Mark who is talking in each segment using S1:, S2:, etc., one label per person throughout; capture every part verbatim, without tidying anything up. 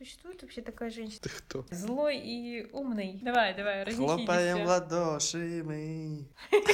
S1: Существует вообще такая женщина?
S2: Ты кто?
S1: Злой и умный. Давай, давай, разнеси.
S2: Хлопаем в ладоши мы.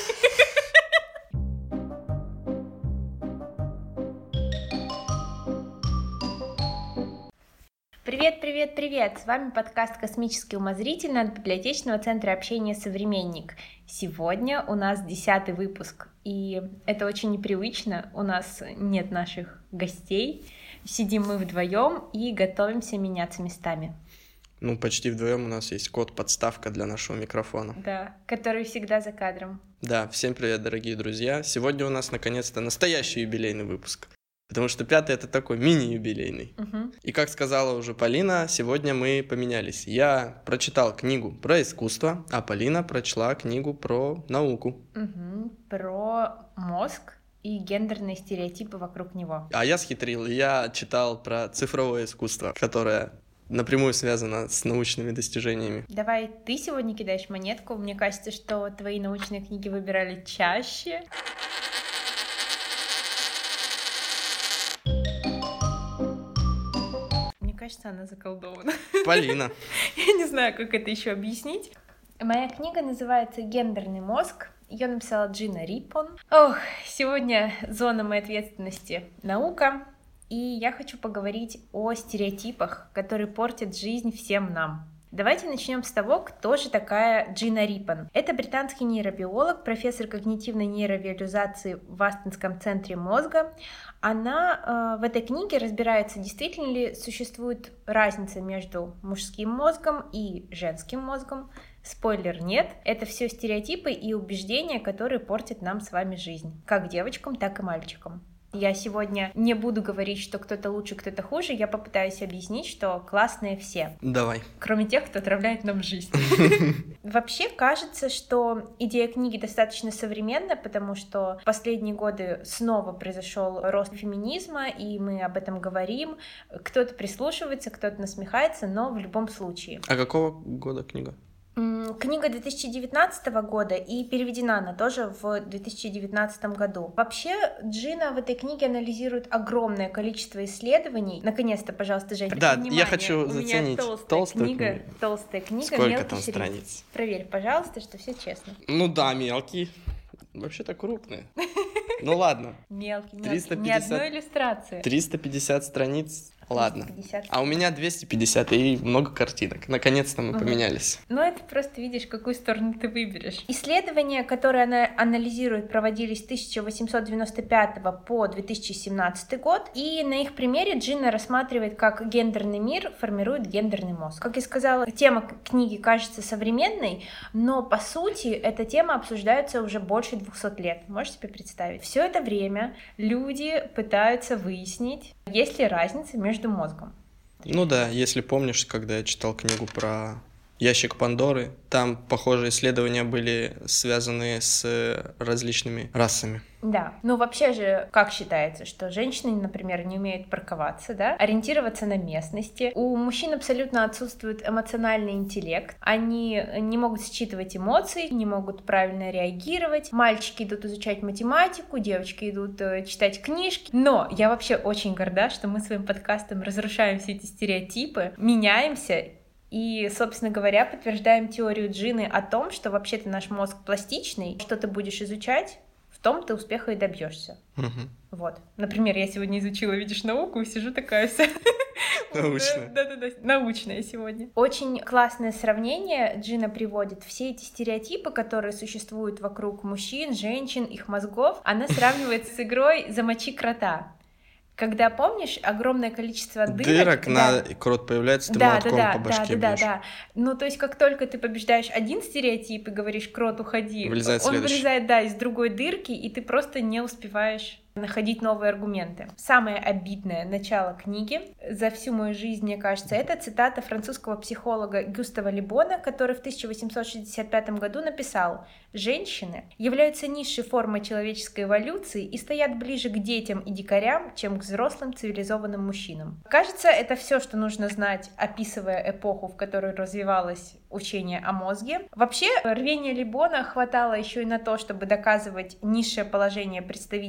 S1: Привет, привет, привет! С вами подкаст «Космический умозритель» от библиотечного центра общения «Современник». Сегодня у нас десятый выпуск, и это очень непривычно. У нас нет наших гостей. Сидим мы вдвоем и готовимся меняться местами.
S2: Ну, почти вдвоем у нас есть код-подставка для нашего микрофона.
S1: Да, который всегда за кадром.
S2: Да, всем привет, дорогие друзья. Сегодня у нас, наконец-то, настоящий юбилейный выпуск. Потому что пятый — это такой мини-юбилейный.
S1: Угу.
S2: И, как сказала уже Полина, сегодня мы поменялись. Я прочитал книгу про искусство, а Полина прочла книгу про науку.
S1: Угу. Про мозг и гендерные стереотипы вокруг него.
S2: А я схитрил, я читал про цифровое искусство, которое напрямую связано с научными достижениями.
S1: Давай ты сегодня кидаешь монетку. Мне кажется, что твои научные книги выбирали чаще. Мне кажется, она заколдована.
S2: Полина.
S1: Я не знаю, как это еще объяснить. Моя книга называется «Гендерный мозг». Ее написала Джина Рипон. Ох, сегодня зона моей ответственности — наука. И я хочу поговорить о стереотипах, которые портят жизнь всем нам. Давайте начнем с того, кто же такая Джина Рипон. Это британский нейробиолог, профессор когнитивной нейровизуализации в Астонском центре мозга. Она э, в этой книге разбирается, действительно ли существует разница между мужским мозгом и женским мозгом. Спойлер, нет. Это все стереотипы и убеждения, которые портят нам с вами жизнь, как девочкам, так и мальчикам. Я сегодня не буду говорить, что кто-то лучше, кто-то хуже. Я попытаюсь объяснить, что классные все.
S2: Давай.
S1: Кроме тех, кто отравляет нам жизнь. Вообще кажется, что идея книги достаточно современна, потому что в последние годы снова произошел рост феминизма, и мы об этом говорим. Кто-то прислушивается, кто-то насмехается, но в любом случае.
S2: А какого года книга?
S1: Книга две тысячи девятнадцатого года, и переведена она тоже в две тысячи девятнадцатом году. Вообще, Джина в этой книге анализирует огромное количество исследований. Наконец-то, пожалуйста, Женя,
S2: да,
S1: внимание.
S2: я хочу
S1: У
S2: заценить
S1: меня толстая,
S2: толстую
S1: книга,
S2: книгу.
S1: толстая книга,
S2: Сколько
S1: мелкий
S2: там
S1: шрифт.
S2: страниц?
S1: Проверь, пожалуйста, что все честно.
S2: Ну да, мелкий. Вообще-то крупные. Ну ладно.
S1: Мелкий, мелкий.
S2: триста
S1: Ни
S2: пятьдесят
S1: одной иллюстрации.
S2: триста пятьдесят страниц. Ладно.
S1: триста пятьдесят.
S2: А у меня двести пятьдесят и много картинок. Наконец-то мы
S1: Угу.
S2: поменялись.
S1: Ну, это просто видишь, какую сторону ты выберешь. Исследования, которые она анализирует, проводились с тысяча восемьсот девяносто пятого по две тысячи семнадцатый год, и на их примере Джина рассматривает, как гендерный мир формирует гендерный мозг. Как я сказала, тема книги кажется современной, но по сути эта тема обсуждается уже больше двухсот лет. Можешь себе представить? Все это время люди пытаются выяснить, есть ли разница между мозгом.
S2: Ну да, если помнишь, когда я читал книгу про ящик Пандоры, там похожие исследования были связаны с различными расами.
S1: Да, ну вообще же, как считается, что женщины, например, не умеют парковаться, да, ориентироваться на местности. У мужчин абсолютно отсутствует эмоциональный интеллект. Они не могут считывать эмоции, не могут правильно реагировать. Мальчики идут изучать математику, девочки идут э, читать книжки. Но я вообще очень горда, что мы своим подкастом разрушаем все эти стереотипы, меняемся. И, собственно говоря, подтверждаем теорию Джины о том, что вообще-то наш мозг пластичный, что ты будешь изучать, в том ты успеха и добьешься.
S2: Угу.
S1: Вот. Например, я сегодня изучила, видишь, науку и сижу такая вся...
S2: Научная.
S1: Да-да-да, научная сегодня. Очень классное сравнение Джина приводит. Все эти стереотипы, которые существуют вокруг мужчин, женщин, их мозгов, она сравнивает с игрой «Замочи крота». Когда, помнишь, огромное количество дырок...
S2: Дырок,
S1: да,
S2: на крот появляется, ты
S1: да,
S2: молотком
S1: да,
S2: по башке
S1: да, да,
S2: бьешь.
S1: да, да. Ну, то есть, как только ты побеждаешь один стереотип и говоришь «крот, уходи»,
S2: Вылезает
S1: он
S2: следующий.
S1: вылезает, да, из другой дырки, и ты просто не успеваешь находить новые аргументы. Самое обидное начало книги за всю мою жизнь, мне кажется, это цитата французского психолога Гюстава Ле Бона, который в тысяча восемьсот шестьдесят пятом году написал: «Женщины являются низшей формой человеческой эволюции и стоят ближе к детям и дикарям, чем к взрослым цивилизованным мужчинам». Кажется, это все, что нужно знать, описывая эпоху, в которой развивалось учение о мозге. Вообще, рвения Ле Бона хватало еще и на то, чтобы доказывать низшее положение представителей не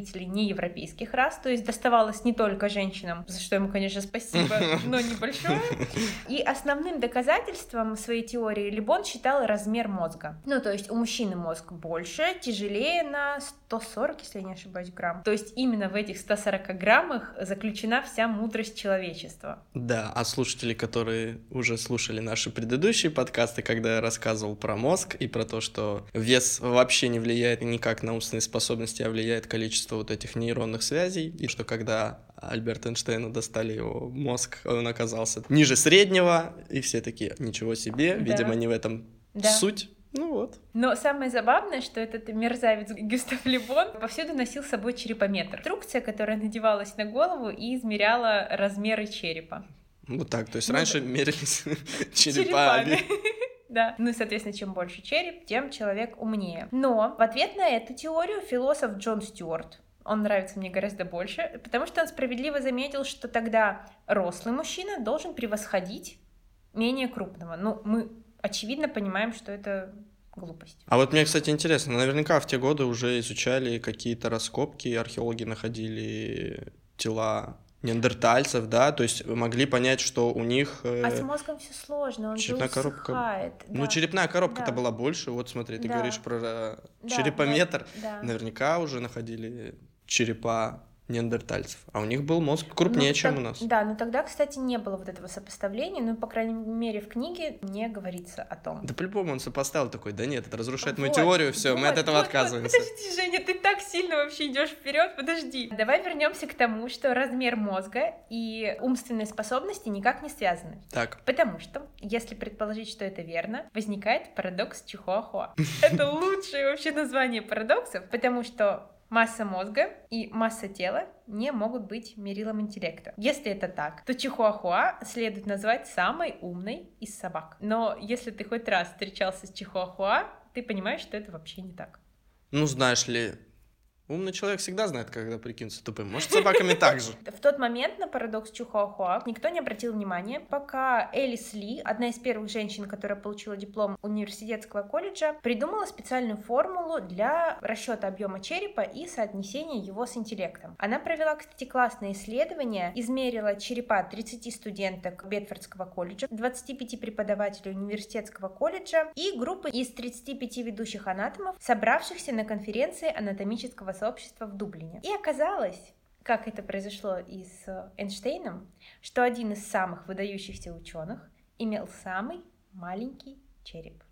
S1: неевропейских рас, то есть доставалось не только женщинам, за что ему, конечно, спасибо, но небольшое. И основным доказательством своей теории Лебон считал размер мозга. Ну, то есть у мужчины мозг больше, тяжелее на сто сорок, если я не ошибаюсь, грамм. То есть именно в этих ста сорока граммах заключена вся мудрость человечества.
S2: Да, а слушатели, которые уже слушали наши предыдущие подкасты, когда я рассказывал про мозг и про то, что вес вообще не влияет никак на умственные способности, а влияет количество вот этих нейронных связей, и что когда Альберту Эйнштейну достали его мозг, он оказался ниже среднего, и все такие, ничего себе, да. Видимо, не в этом да. суть. Ну вот.
S1: Но самое забавное, что этот мерзавец Гюстав Le Bon повсюду носил с собой черепометр. Инструкция, которая надевалась на голову и измеряла размеры черепа.
S2: Вот так, то есть ну, раньше да. мерились черепами.
S1: Да. Ну и, соответственно, чем больше череп, тем человек умнее. Но в ответ на эту теорию философ Джон Стюарт, он нравится мне гораздо больше, потому что он справедливо заметил, что тогда рослый мужчина должен превосходить менее крупного. Ну, мы очевидно понимаем, что это глупость.
S2: А вот мне, кстати, интересно, наверняка в те годы уже изучали какие-то раскопки, археологи находили тела неандертальцев, да, то есть могли понять, что у них... Э,
S1: а с мозгом все сложно, он черепная же усыхает.
S2: Да. Ну, черепная коробка-то да. была больше, вот смотри, ты да. говоришь про да, черепометр, да, да. наверняка уже находили черепа неандертальцев, а у них был мозг крупнее, ну, чем
S1: так,
S2: у нас.
S1: Да, но тогда, кстати, не было вот этого сопоставления, ну, по крайней мере, в книге не говорится о том.
S2: Да по-любому он сопоставил такой, да нет, это разрушает вот, мою теорию, все, вот, мы от этого вот, отказываемся.
S1: Вот, подожди, Женя, ты так сильно вообще идешь вперед, подожди. Давай вернемся к тому, что размер мозга и умственные способности никак не связаны.
S2: Так.
S1: Потому что, если предположить, что это верно, возникает парадокс Чихуахуа. Это лучшее вообще название парадоксов, потому что масса мозга и масса тела не могут быть мерилом интеллекта. Если это так, то Чихуахуа следует назвать самой умной из собак. Но если ты хоть раз встречался с Чихуахуа, ты понимаешь, что это вообще не так.
S2: Ну, знаешь ли, умный человек всегда знает, когда прикинуться тупым. Может, с собаками так же.
S1: В тот момент на парадокс Чихуахуа никто не обратил внимания, пока Элис Ли, одна из первых женщин, которая получила диплом университетского колледжа, придумала специальную формулу для расчета объема черепа и соотнесения его с интеллектом. Она провела, кстати, классное исследование, измерила черепа тридцати студенток Бетфордского колледжа, двадцати пяти преподавателей университетского колледжа и группы из тридцати пяти ведущих анатомов, собравшихся на конференции анатомического сообщества в Дублине. И оказалось, как это произошло и с Эйнштейном, что один из самых выдающихся ученых имел самый маленький череп.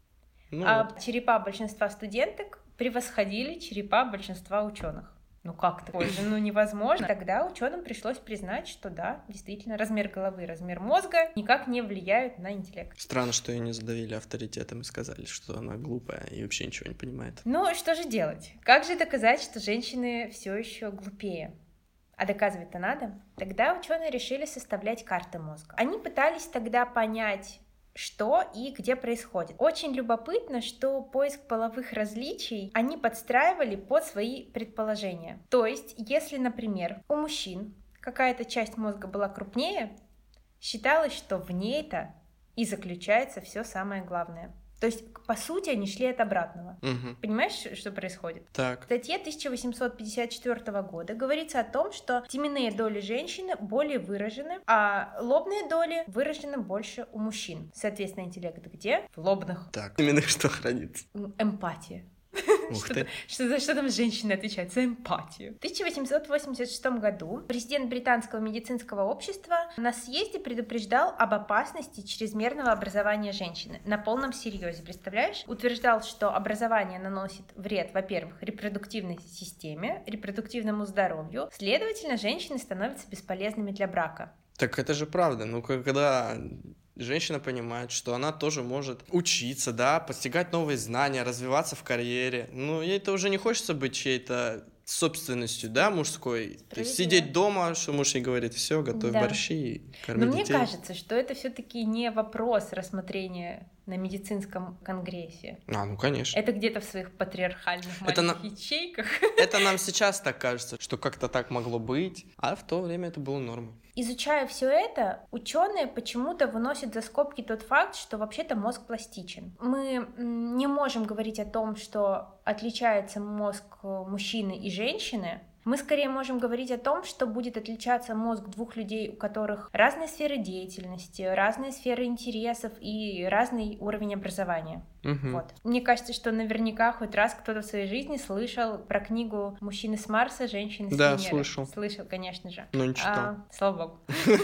S1: Ну, а вот. Черепа большинства студенток превосходили черепа большинства ученых. Ну как такое же, ну невозможно. Тогда ученым пришлось признать, что да, действительно, размер головы и размер мозга никак не влияют на интеллект.
S2: Странно, что ее не задавили авторитетом и сказали, что она глупая и вообще ничего не понимает.
S1: Ну что же делать? Как же доказать, что женщины все еще глупее? А доказывать-то надо. Тогда ученые решили составлять карты мозга. Они пытались тогда понять, что и где происходит. Очень любопытно, что поиск половых различий они подстраивали под свои предположения. То есть, если, например, у мужчин какая-то часть мозга была крупнее, считалось, что в ней-то и заключается все самое главное. То есть, по сути, они шли от обратного.
S2: Угу.
S1: Понимаешь, что происходит?
S2: Так.
S1: В статье тысяча восемьсот пятьдесят четвёртого года говорится о том, что теменные доли женщины более выражены, а лобные доли выражены больше у мужчин. Соответственно, интеллект где? В лобных.
S2: Так, именных что хранится?
S1: Эмпатия.
S2: Ух
S1: что,
S2: ты.
S1: Что, что, что там женщины отвечают? За эмпатию. В тысяча восемьсот восемьдесят шестом году президент британского медицинского общества на съезде предупреждал об опасности чрезмерного образования женщины. На полном серьезе, представляешь? Утверждал, что образование наносит вред, во-первых, репродуктивной системе, репродуктивному здоровью. Следовательно, женщины становятся бесполезными для брака.
S2: Так это же правда. Ну, когда женщина понимает, что она тоже может учиться, да, постигать новые знания, развиваться в карьере. Ну, ей-то уже не хочется быть чьей-то собственностью, да, мужской. То есть сидеть дома, что муж ей говорит, все, готовь да. борщи, корми
S1: Но
S2: детей.
S1: мне кажется, что это все-таки не вопрос рассмотрения на медицинском конгрессе.
S2: А, ну конечно.
S1: Это где-то в своих патриархальных маленьких на... ячейках.
S2: Это нам сейчас так кажется, что как-то так могло быть, а в то время это было нормой.
S1: Изучая все это, ученые почему-то выносят за скобки тот факт, что вообще-то мозг пластичен. Мы не можем говорить о том, что отличается мозг мужчины и женщины, Мы скорее можем говорить о том, что будет отличаться мозг двух людей, у которых разные сферы деятельности, разные сферы интересов и разный уровень образования.
S2: Угу.
S1: Вот. Мне кажется, что наверняка хоть раз кто-то в своей жизни слышал про книгу «Мужчины с Марса, женщины с
S2: Да,
S1: Венеры».
S2: слышал.
S1: Слышал, конечно же.
S2: Но не читал.
S1: А, слава богу.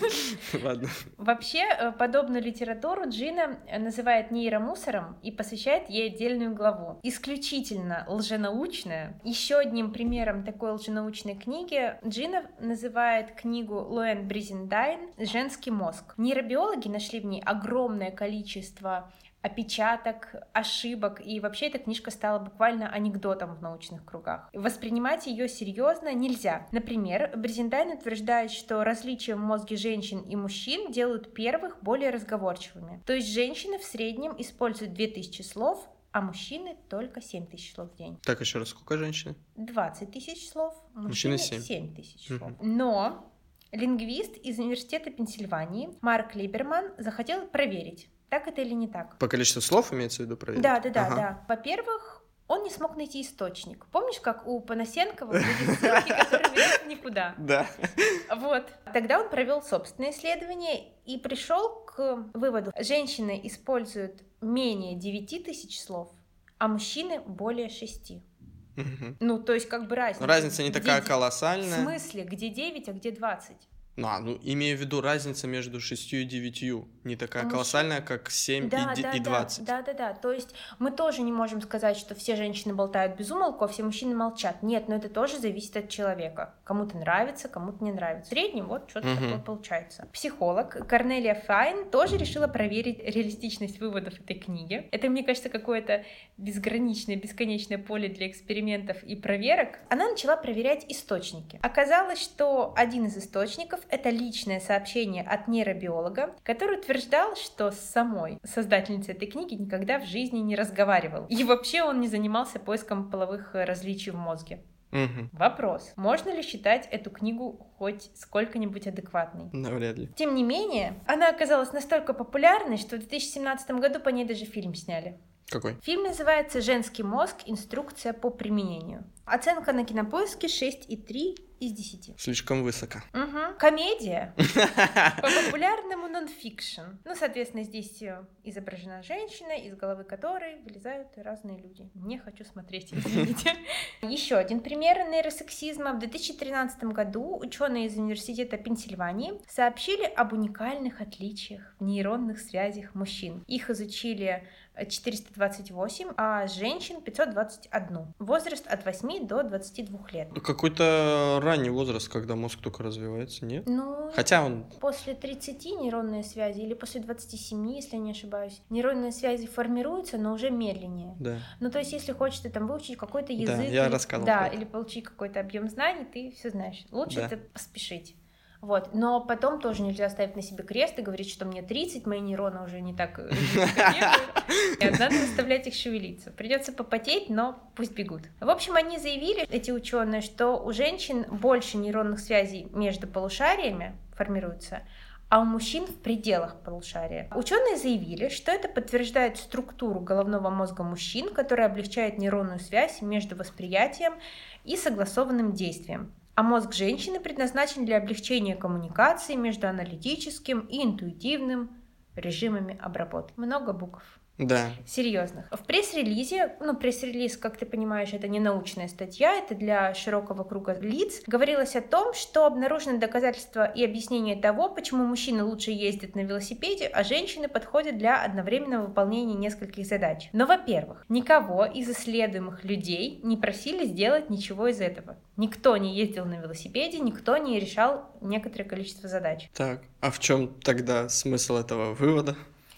S2: Ладно.
S1: Вообще, подобную литературу Джина называет нейромусором и посвящает ей отдельную главу. Исключительно лженаучная. Еще одним примером такой лженаучной книги Джина называет книгу Лоэн Бризендайн «Женский мозг». Нейробиологи нашли в ней огромное количество опечаток, ошибок, и вообще эта книжка стала буквально анекдотом в научных кругах. Воспринимать ее серьезно нельзя. Например, Бризендайн утверждает, что различия в мозге женщин и мужчин делают первых более разговорчивыми. То есть женщины в среднем используют две тысячи слов, а мужчины только семь тысяч слов в день.
S2: Так, еще раз, сколько женщин?
S1: двадцать тысяч слов,
S2: мужчины
S1: мужчины
S2: семь.
S1: семь тысяч слов. Но лингвист из Университета Пенсильвании Марк Либерман захотел проверить, так это или не так.
S2: По количеству слов имеется в виду проверить?
S1: Да, да, да,
S2: ага.
S1: да. Во-первых, он не смог найти источник. Помнишь, как у Панасенкова были ссылки, которые ведут никуда?
S2: Да.
S1: Вот. Тогда он провел собственное исследование и пришел к выводу: женщины используют менее девяти тысяч слов, а мужчины более шести.
S2: Угу.
S1: Ну, то есть как бы разница.
S2: Разница не
S1: Где
S2: такая
S1: де-
S2: колоссальная.
S1: В смысле? Где девять, а где двадцать?
S2: Ну, а, ну, имею в виду разница между шестью и девятью. Не такая
S1: А мужчин-
S2: колоссальная, как семь
S1: Да,
S2: и, ди-
S1: да,
S2: и
S1: да,
S2: двадцать.
S1: да, да, да. То есть мы тоже не можем сказать, что все женщины болтают без умолку, а все мужчины молчат. Нет, но это тоже зависит от человека. Кому-то нравится, кому-то не нравится. В среднем вот что-то
S2: Мгм.
S1: такое получается. Психолог Корнелия Файн тоже решила проверить реалистичность выводов этой книги. Это, мне кажется, какое-то безграничное, бесконечное поле для экспериментов и проверок. Она начала проверять источники. Оказалось, что один из источников — это личное сообщение от нейробиолога, который утверждал, что с самой создательницей этой книги никогда в жизни не разговаривал. И вообще он не занимался поиском половых различий в мозге.
S2: Угу.
S1: Вопрос: можно ли считать эту книгу хоть сколько-нибудь адекватной?
S2: Навряд ли.
S1: Тем не менее, она оказалась настолько популярной, что в две тысячи семнадцатом году по ней даже фильм сняли.
S2: Какой?
S1: Фильм называется «Женский мозг. Инструкция по применению». Оценка на Кинопоиске шесть и три из десяти.
S2: Слишком высоко.
S1: Угу. Комедия по популярному нонфикшн. Ну, соответственно, здесь э, изображена женщина, из головы которой вылезают разные люди. Не хочу смотреть, извините. Еще один пример нейросексизма. В две тысячи тринадцатом году ученые из Университета Пенсильвании сообщили об уникальных отличиях в нейронных связях мужчин. Их изучили четыреста двадцать восемь, а женщин пятьсот двадцать один. Возраст от восьми до двадцати двух лет.
S2: Какой-то ранний возраст, когда мозг только развивается, нет?
S1: Ну,
S2: Хотя он...
S1: после тридцати нейронные связи или после двадцати семи, если я не ошибаюсь, нейронные связи формируются, но уже медленнее.
S2: Да.
S1: Ну, то есть, если хочешь ты там выучить какой-то язык,
S2: Да, я
S1: или,
S2: рассказывал
S1: да,
S2: про это.
S1: или получить какой-то объем знаний, ты все знаешь. Лучше
S2: Да.
S1: это поспешить. Вот. Но потом тоже нельзя ставить на себе крест и говорить, что мне тридцать, мои нейроны уже не так бегают. Нет, надо заставлять их шевелиться. Придется попотеть, но пусть бегут. В общем, они заявили, эти ученые, что у женщин больше нейронных связей между полушариями формируется, а у мужчин в пределах полушария. Ученые заявили, что это подтверждает структуру головного мозга мужчин, которая облегчает нейронную связь между восприятием и согласованным действием. А мозг женщины предназначен для облегчения коммуникации между аналитическим и интуитивным режимами обработки. Много букв.
S2: Да.
S1: Серьезных. В пресс-релизе, ну, пресс-релиз, как ты понимаешь, это не научная статья, это для широкого круга лиц, говорилось о том, что обнаружены доказательства и объяснения того, почему мужчины лучше ездят на велосипеде, а женщины подходят для одновременного выполнения нескольких задач. Но, во-первых, никого из исследуемых людей не просили сделать ничего из этого. Никто не ездил на велосипеде, никто не решал некоторое количество задач.
S2: Так, а в чем тогда смысл этого вывода?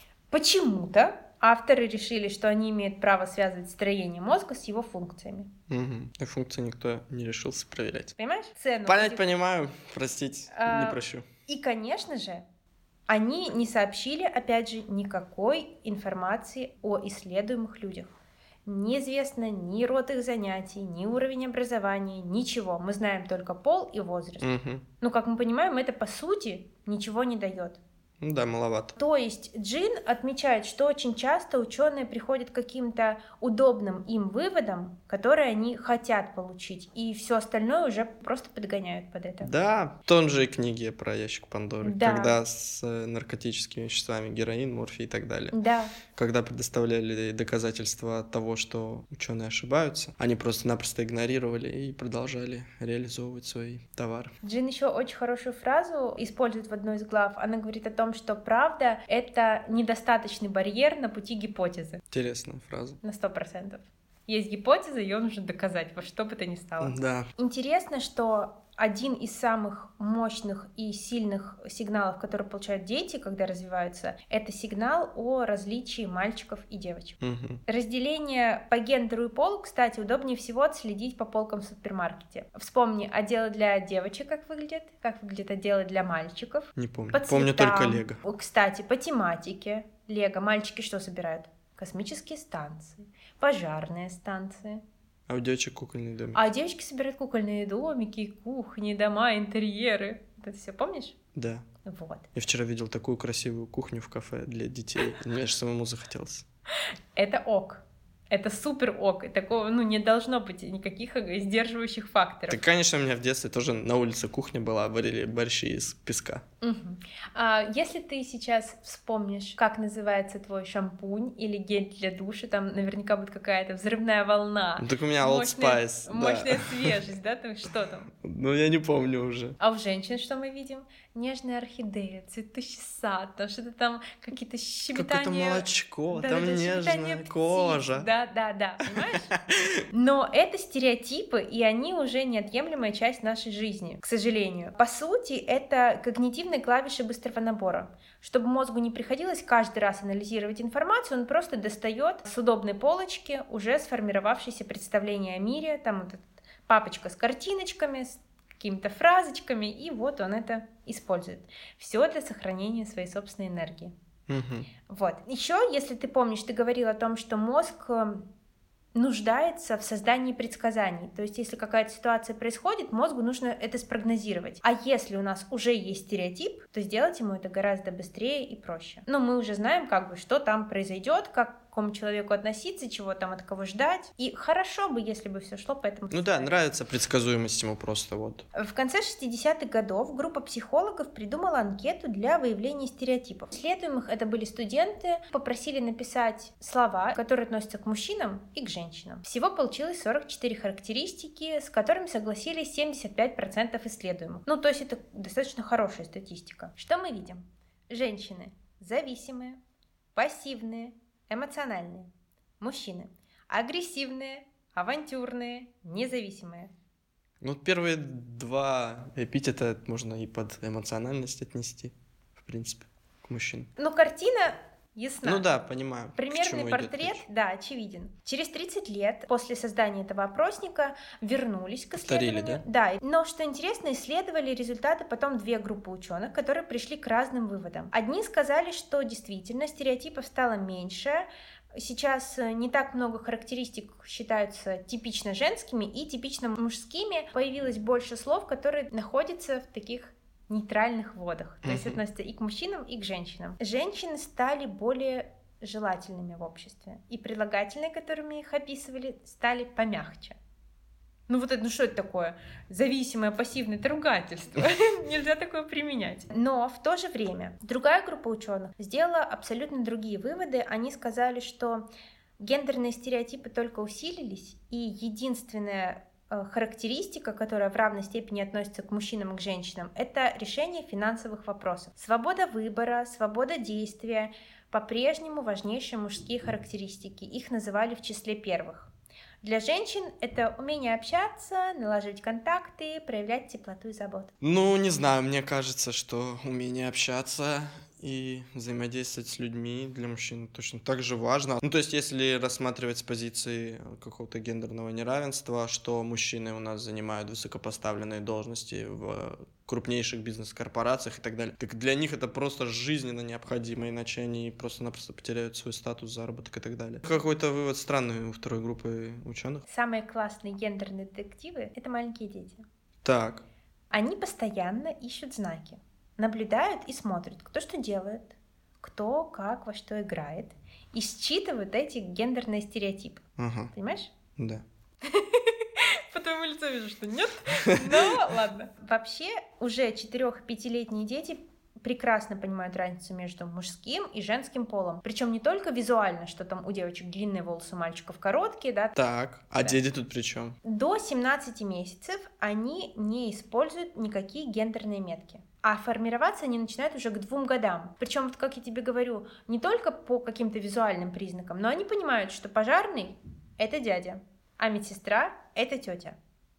S1: Почему-то авторы решили, что они имеют право связывать строение мозга с его функциями.
S2: Угу. И функции никто не решился проверять.
S1: Понимаешь? Цену.
S2: Понять
S1: этих-
S2: понимаю, простить
S1: А,
S2: не прощу.
S1: И, конечно же, они не сообщили, опять же, никакой информации о исследуемых людях. Неизвестно ни род их занятий, ни уровень образования, ничего. Мы знаем только пол и возраст.
S2: Угу.
S1: Ну, как мы понимаем, это по сути ничего не дает.
S2: Ну да, маловато.
S1: То есть Джин отмечает, что очень часто ученые приходят к каким-то удобным им выводам, которые они хотят получить, и все остальное уже просто подгоняют под это.
S2: Да, в том же и книге про ящик Пандоры,
S1: Да.
S2: когда с наркотическими веществами, героин, морфий и так далее.
S1: Да.
S2: Когда предоставляли доказательства того, что ученые ошибаются, они просто-напросто игнорировали и продолжали реализовывать свои товары.
S1: Джин еще очень хорошую фразу использует в одной из глав. Она говорит о том, что правда — это недостаточный барьер на пути гипотезы.
S2: Интересная фраза.
S1: На сто процентов. Есть гипотеза, ее нужно доказать, во что бы то ни стало.
S2: Да.
S1: Интересно, что один из самых мощных и сильных сигналов, которые получают дети, когда развиваются, это сигнал о различии мальчиков и девочек.
S2: Угу.
S1: Разделение по гендеру и полу, кстати, удобнее всего отследить по полкам в супермаркете. Вспомни, отделы для девочек как выглядят, как выглядят отделы для мальчиков.
S2: Не помню.
S1: По
S2: Помню
S1: цветам.
S2: только Лего.
S1: Кстати, по тематике Лего мальчики что собирают? Космические станции, пожарные станции.
S2: А у девочек кукольные домики.
S1: А девочки собирают кукольные домики, кухни, дома, интерьеры. Это все помнишь?
S2: Да.
S1: Вот.
S2: Я вчера видел такую красивую кухню в кафе для детей. Мне аж самому захотелось.
S1: Это ок. Это супер ок. Такого, ну, не должно быть никаких сдерживающих факторов.
S2: Так, конечно, у меня в детстве тоже на улице кухня была, варили борщи из песка.
S1: Угу. А если ты сейчас вспомнишь, как называется твой шампунь или гель для душа, там наверняка будет какая-то взрывная волна.
S2: Ну, так у меня Old
S1: мощная,
S2: Spice.
S1: Мощная
S2: да.
S1: свежесть, да? Там что там?
S2: Ну, я не помню уже.
S1: А у женщин что мы видим? Нежная орхидея, цветущий сад, там что-то там, какие-то щебетания...
S2: Какое-то молочко,
S1: да,
S2: там
S1: да,
S2: нежная
S1: птиц.
S2: кожа.
S1: Да, да, да, понимаешь? Но это стереотипы, и они уже неотъемлемая часть нашей жизни, к сожалению. По сути, это когнитивные клавиши быстрого набора. Чтобы мозгу не приходилось каждый раз анализировать информацию, он просто достает с удобной полочки уже сформировавшееся представление о мире, там вот эта папочка с картиночками, с какими-то фразочками, и вот он это использует. Все для сохранения своей собственной энергии.
S2: Угу.
S1: Вот. Еще, если ты помнишь, ты говорил о том, что мозг нуждается в создании предсказаний. То есть, если какая-то ситуация происходит, мозгу нужно это спрогнозировать. А если у нас уже есть стереотип, то сделать ему это гораздо быстрее и проще. Но мы уже знаем, как бы, что там произойдет, как к какому человеку относиться, чего там от кого ждать. И хорошо бы, если бы все шло по этому
S2: Ну да, нравится предсказуемость ему просто вот.
S1: В конце шестидесятых годов группа психологов придумала анкету для выявления стереотипов. Исследуемых это были студенты, попросили написать слова, которые относятся к мужчинам и к женщинам. Всего получилось сорок четыре характеристики, с которыми согласились семьдесят пять процентов исследуемых. Ну, то есть это достаточно хорошая статистика. Что мы видим? Женщины зависимые, пассивные, эмоциональные. Мужчины агрессивные, авантюрные, независимые.
S2: Ну, первые два эпитета можно и под эмоциональность отнести, в принципе, к мужчинам.
S1: Ну, картина ясна.
S2: Ну да, понимаю.
S1: Примерный портрет, да, очевиден. Через тридцать лет после создания этого опросника вернулись к исследованию.
S2: Повторили,
S1: да? Да, но что интересно, исследовали результаты потом две группы ученых, которые пришли к разным выводам. Одни сказали, что действительно стереотипов стало меньше, сейчас не так много характеристик считаются типично женскими и типично мужскими. Появилось больше слов, которые находятся в таких нейтральных водах. То есть относятся и к мужчинам, и к женщинам. Женщины стали более желательными в обществе. И прилагательные, которыми их описывали, стали помягче. Ну вот это, ну что это такое? Зависимое, пассивное, это ругательство. Нельзя такое применять. Но в то же время другая группа ученых сделала абсолютно другие выводы. Они сказали, что гендерные стереотипы только усилились, и единственная характеристика, которая в равной степени относится к мужчинам и к женщинам, это решение финансовых вопросов. Свобода выбора, свобода действия по-прежнему важнейшие мужские характеристики. Их называли в числе первых. Для женщин это умение общаться, налаживать контакты, проявлять теплоту и заботу.
S2: Ну, не знаю, мне кажется, что умение общаться и взаимодействовать с людьми для мужчин точно так же важно. Ну, то есть, если рассматривать с позиции какого-то гендерного неравенства, что мужчины у нас занимают высокопоставленные должности в крупнейших бизнес-корпорациях и так далее, так для них это просто жизненно необходимо, иначе они просто-напросто потеряют свой статус, заработок и так далее. Какой-то вывод странный у второй группы ученых.
S1: Самые классные гендерные детективы — это маленькие дети.
S2: Так.
S1: Они постоянно ищут знаки. наблюдают и смотрят, кто что делает, кто как во что играет, и считывают эти гендерные стереотипы.
S2: Ага.
S1: Понимаешь?
S2: Да.
S1: По твоему лицу вижу, что нет, но ладно. Вообще уже четырех-пятилетние дети прекрасно понимают разницу между мужским и женским полом. Причем не только визуально, что там у девочек длинные волосы, у мальчиков короткие, да.
S2: Так, а
S1: да.
S2: дети тут при чем?
S1: До семнадцати месяцев они не используют никакие гендерные метки. А формироваться они начинают уже к двум годам. Причем, вот как я тебе говорю, не только по каким-то визуальным признакам, но они понимают, что пожарный — это дядя, а медсестра — это тетя.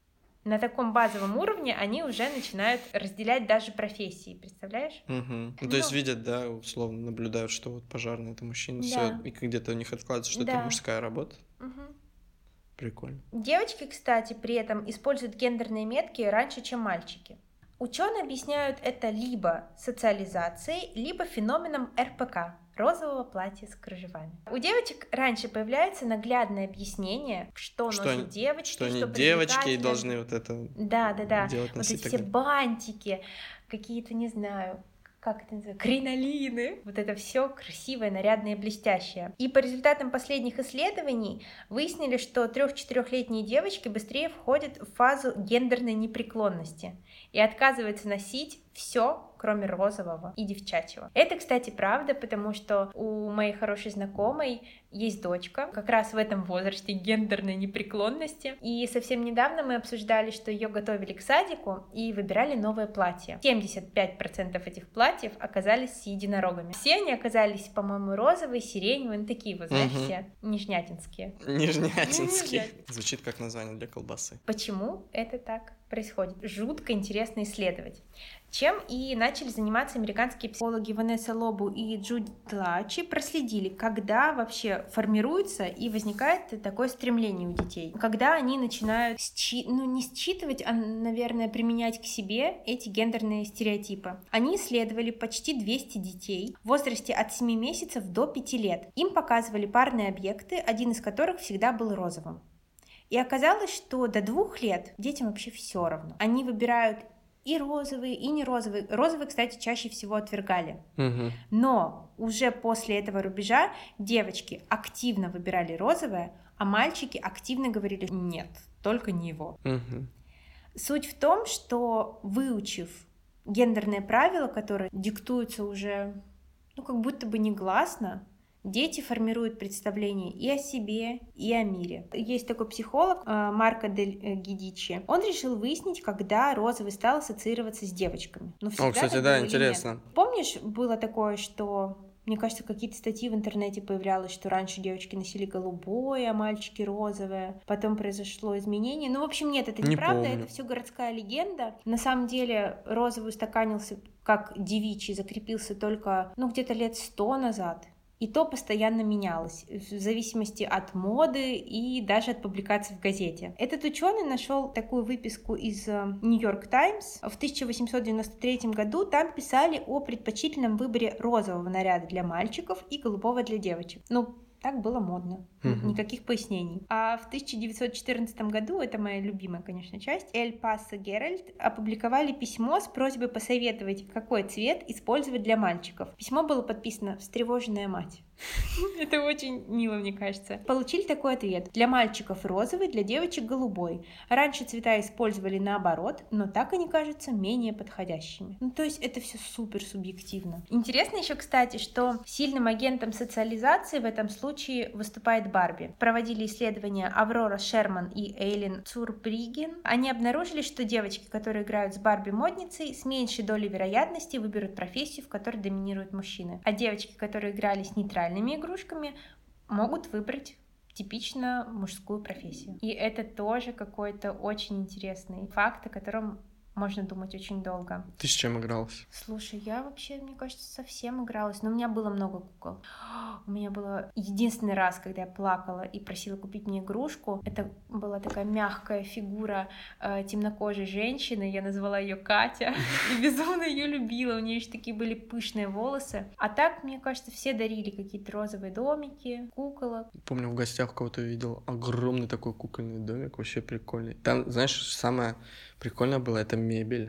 S1: На таком базовом уровне они уже начинают разделять даже профессии, представляешь?
S2: Угу. Ну, то
S1: Ну.
S2: есть видят, да, условно наблюдают, что вот пожарный — это мужчина,
S1: Да.
S2: все, и где-то у них откладывается, что
S1: Да.
S2: это мужская работа.
S1: Угу.
S2: Прикольно.
S1: Девочки, кстати, при этом используют гендерные метки раньше, чем мальчики. Ученые объясняют это либо социализацией, либо феноменом эр пэ ка – розового платья с кружевами. У девочек раньше появляется наглядное объяснение, что,
S2: Что
S1: носят
S2: они-
S1: девочки,
S2: Что они
S1: что
S2: девочки и
S1: привлекательно.
S2: должны вот это
S1: Да, да, да.
S2: делать,
S1: Вот
S2: носить
S1: эти
S2: так
S1: все
S2: далее.
S1: бантики, какие-то, не знаю, как это называется, кринолины. Вот это все красивое, нарядное, блестящее. И по результатам последних исследований выяснили, что трех-четырехлетние девочки быстрее входят в фазу гендерной непреклонности и отказываются носить все, кроме розового и девчачьего. Это, кстати, правда, потому что у моей хорошей знакомой есть дочка, как раз в этом возрасте гендерной непреклонности. И совсем недавно мы обсуждали, что ее готовили к садику и выбирали новое платье. семьдесят пять процентов этих платьев оказались с единорогами. Все они оказались, по-моему, розовые, сиреневые, ну такие вот, знаешь,
S2: Мгм.
S1: все нижнятинские.
S2: Нижнятинский.
S1: Нижнятинский.
S2: Звучит как название для колбасы.
S1: Почему это так происходит? Жутко интересно исследовать. Чем и начали заниматься американские психологи Ванесса Лобу и Джудит Лачи, проследили, когда вообще формируется и возникает такое стремление у детей. Когда они начинают, счи... ну не считывать, а, наверное, применять к себе эти гендерные стереотипы. Они исследовали почти двести детей в возрасте от семи месяцев до пяти лет. Им показывали парные объекты, один из которых всегда был розовым. И оказалось, что до двух лет детям вообще все равно. Они выбирают и розовые, и не розовые. Розовые, кстати, чаще всего отвергали.
S2: Угу.
S1: Но уже после этого рубежа девочки активно выбирали розовое, а мальчики активно говорили «нет, только не его».
S2: Угу.
S1: Суть в том, что выучив гендерные правила, которые диктуются уже, ну, как будто бы негласно, дети формируют представление и о себе, и о мире. Есть такой психолог э, Марко дель Гидичи. Он решил выяснить, когда розовый стал ассоциироваться с девочками. Ну, всегда
S2: О, кстати,
S1: так
S2: да,
S1: было или
S2: интересно.
S1: нет? Помнишь, было такое, что... Мне кажется, какие-то статьи в интернете появлялось, что раньше девочки носили голубое, а мальчики розовое. Потом произошло изменение. Ну, в общем, нет, это
S2: Не
S1: неправда,
S2: помню.
S1: это все городская легенда. На самом деле розовый устаканился как девичий, закрепился только, ну, где-то лет сто назад. И то постоянно менялось, в зависимости от моды и даже от публикаций в газете. Этот ученый нашел такую выписку из Нью-Йорк Таймс в тысяча восемьсот девяносто третьем году. Там писали о предпочтительном выборе розового наряда для мальчиков и голубого для девочек. Ну, так было модно.
S2: Мгм.
S1: Никаких пояснений. А в тысяча девятьсот четырнадцатом году, это моя любимая, конечно, часть, Эль Пасо Геральд опубликовали письмо с просьбой посоветовать, какой цвет использовать для мальчиков. Письмо было подписано «Встревоженная мать». Это очень мило, мне кажется. Получили такой ответ. Для мальчиков розовый, для девочек голубой. Раньше цвета использовали наоборот, но так они кажутся менее подходящими. Ну, то есть это все супер субъективно. Интересно еще, кстати, что сильным агентом социализации в этом случае выступает Барби. Проводили исследования Аврора Шерман и Эйлин Цурбриген. Они обнаружили, что девочки, которые играют с Барби-модницей, с меньшей долей вероятности выберут профессию, в которой доминируют мужчины. А девочки, которые играли с нейтральными игрушками, могут выбрать типично мужскую профессию. И это тоже какой-то очень интересный факт, о котором можно думать очень долго.
S2: Ты с чем игралась?
S1: Слушай, я вообще, мне кажется, совсем игралась, но у меня было много кукол. У меня было единственный раз, когда я плакала и просила купить мне игрушку. Это была такая мягкая фигура э, темнокожей женщины, я назвала ее Катя, и безумно ее любила. У нее еще такие были пышные волосы. А так, мне кажется, все дарили какие-то розовые домики, куколок.
S2: Помню, в гостях у кого-то видел огромный такой кукольный домик, вообще прикольный. Там, знаешь, самое прикольное было — это мебель.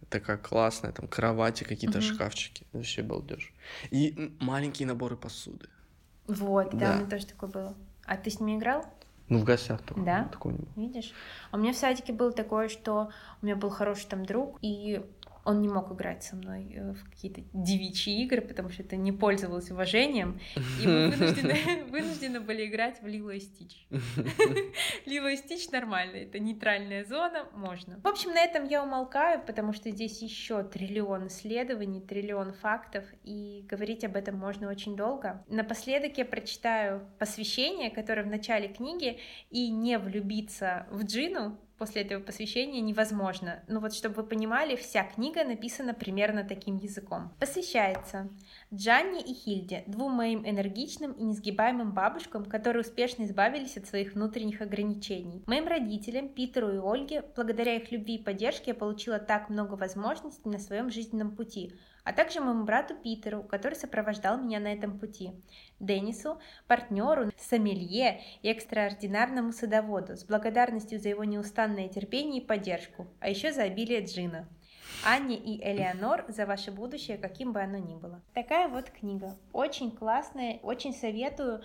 S2: такая классная, там кровати, какие-то
S1: Мгм.
S2: шкафчики. Вообще балдеж. И м, маленькие наборы посуды.
S1: Вот, да, у
S2: Да.
S1: меня тоже такое было. А ты с ними играл?
S2: Ну, в гостях только.
S1: Да?
S2: Такого не было.
S1: Видишь? А у меня в садике было такое, что у меня был хороший там друг, и он не мог играть со мной э, в какие-то девичьи игры, потому что это не пользовалось уважением, и мы вынуждены, вынуждены были играть в Лило и Стич. Лило и Стич нормально, это нейтральная зона, можно. В общем, на этом я умолкаю, потому что здесь еще триллион исследований, триллион фактов, и говорить об этом можно очень долго. Напоследок я прочитаю посвящение, которое в начале книги, и не влюбиться в Джину после этого посвящения невозможно. Ну вот, чтобы вы понимали, вся книга написана примерно таким языком. Посвящается Джанне и Хильде, двум моим энергичным и несгибаемым бабушкам, которые успешно избавились от своих внутренних ограничений. Моим родителям, Питеру и Ольге, благодаря их любви и поддержке я получила так много возможностей на своем жизненном пути, а также моему брату Питеру, который сопровождал меня на этом пути, Деннису, партнеру, сомелье и экстраординарному садоводу, с благодарностью за его неустанное терпение и поддержку, а еще за обилие джина, Анне и Элеонор за ваше будущее, каким бы оно ни было. Такая вот книга. Очень классная, очень советую.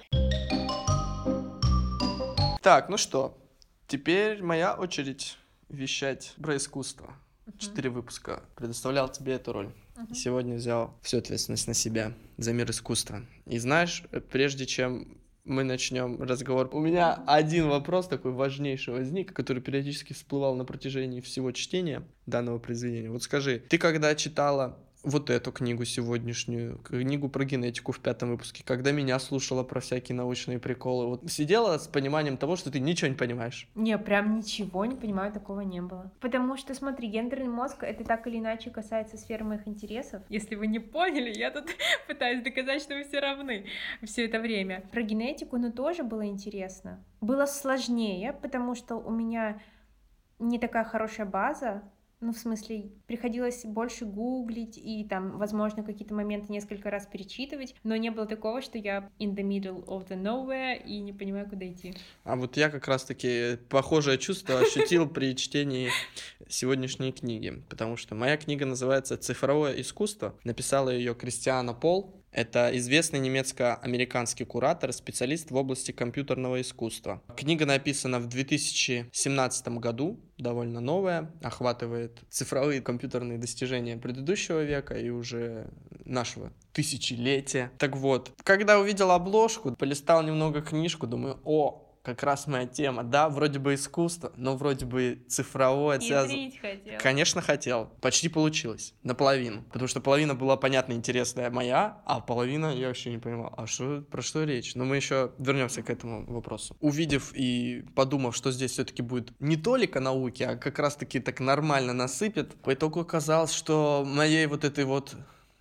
S2: Так, ну что, теперь моя очередь вещать про искусство. Четыре выпуска предоставлял тебе эту роль.
S1: Мгм.
S2: Сегодня взял всю ответственность на себя за мир искусства. И знаешь, прежде чем мы начнем разговор, у меня один вопрос такой важнейший возник, который периодически всплывал на протяжении всего чтения данного произведения. Вот скажи, ты когда читала вот эту книгу сегодняшнюю, книгу про генетику в пятом выпуске, когда меня слушала про всякие научные приколы, вот сидела с пониманием того, что ты ничего не понимаешь?
S1: Не, прям ничего не понимаю, такого не было. Потому что, смотри, гендерный мозг, это так или иначе касается сферы моих интересов. Если вы не поняли, я тут пытаюсь доказать, что мы все равны все это время. Про генетику, ну, тоже было интересно. Было сложнее, потому что у меня не такая хорошая база. Ну, в смысле, приходилось больше гуглить и там, возможно, какие-то моменты несколько раз перечитывать, но не было такого, что я in the middle of the nowhere и не понимаю, куда идти.
S2: А вот я как раз-таки похожее чувство ощутил при чтении сегодняшней книги, потому что моя книга называется «Цифровое искусство». Написала ее Кристиана Пол. Это известный немецко-американский куратор, специалист в области компьютерного искусства. Книга написана в две тысячи семнадцатом году, довольно новая, охватывает цифровые компьютерные достижения предыдущего века и уже нашего тысячелетия. Так вот, когда увидел обложку, полистал немного книжку, думаю, о, как раз моя тема. Да, вроде бы искусство, но вроде бы цифровое.
S1: Хитрить хотел.
S2: Конечно, хотел. Почти получилось. Наполовину. Потому что половина была понятно интересная моя, а половина я вообще не понимал. А что, про что речь? Но мы еще вернемся к этому вопросу. Увидев и подумав, что здесь все-таки будет не только науки, а как раз-таки так нормально насыпет, по итогу оказалось, что моей вот этой вот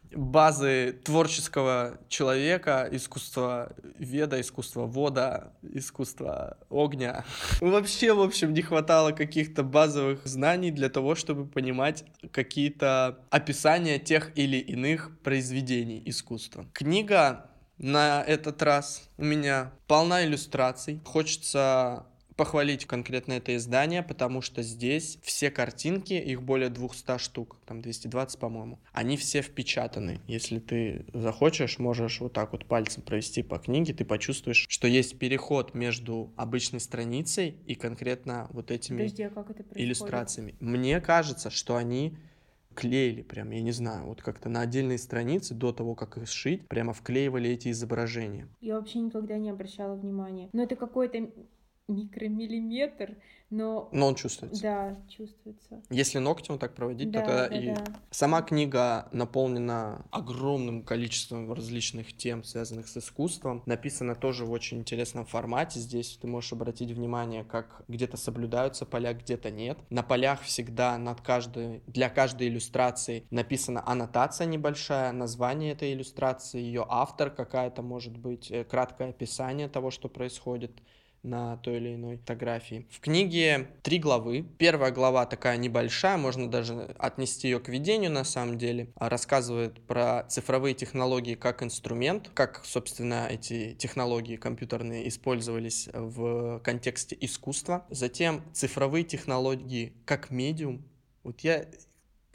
S2: базы творческого человека, искусства веда, искусства вода, искусства огня. Вообще, в общем, не хватало каких-то базовых знаний для того, чтобы понимать какие-то описания тех или иных произведений искусства. Книга на этот раз у меня полна иллюстраций. Хочется похвалить конкретно это издание, потому что здесь все картинки, их более двухсот штук, там двести двадцать, по-моему, они все впечатаны. Если ты захочешь, можешь вот так вот пальцем провести по книге, ты почувствуешь, что есть переход между обычной страницей и конкретно вот этими
S1: Подожди, а как это происходит?
S2: иллюстрациями. Мне кажется, что они клеили прям, я не знаю, вот как-то на отдельные страницы до того, как их сшить, прямо вклеивали эти изображения.
S1: Я вообще никогда не обращала внимания. Но это какой-то микромиллиметр, но...
S2: Но он чувствуется.
S1: Да, чувствуется.
S2: Если ногтем вот так проводить,
S1: Да,
S2: то тогда
S1: да,
S2: и...
S1: да.
S2: Сама книга наполнена огромным количеством различных тем, связанных с искусством. Написана тоже в очень интересном формате. Здесь ты можешь обратить внимание, как где-то соблюдаются поля, где-то нет. На полях всегда над каждой... для каждой иллюстрации написана аннотация небольшая, название этой иллюстрации, ее автор какая-то, может быть, краткое описание того, что происходит на той или иной фотографии. В книге три главы. Первая глава такая небольшая, можно даже отнести ее к введению на самом деле. Рассказывает про цифровые технологии как инструмент, как, собственно, эти технологии компьютерные использовались в контексте искусства. Затем цифровые технологии как медиум. Вот я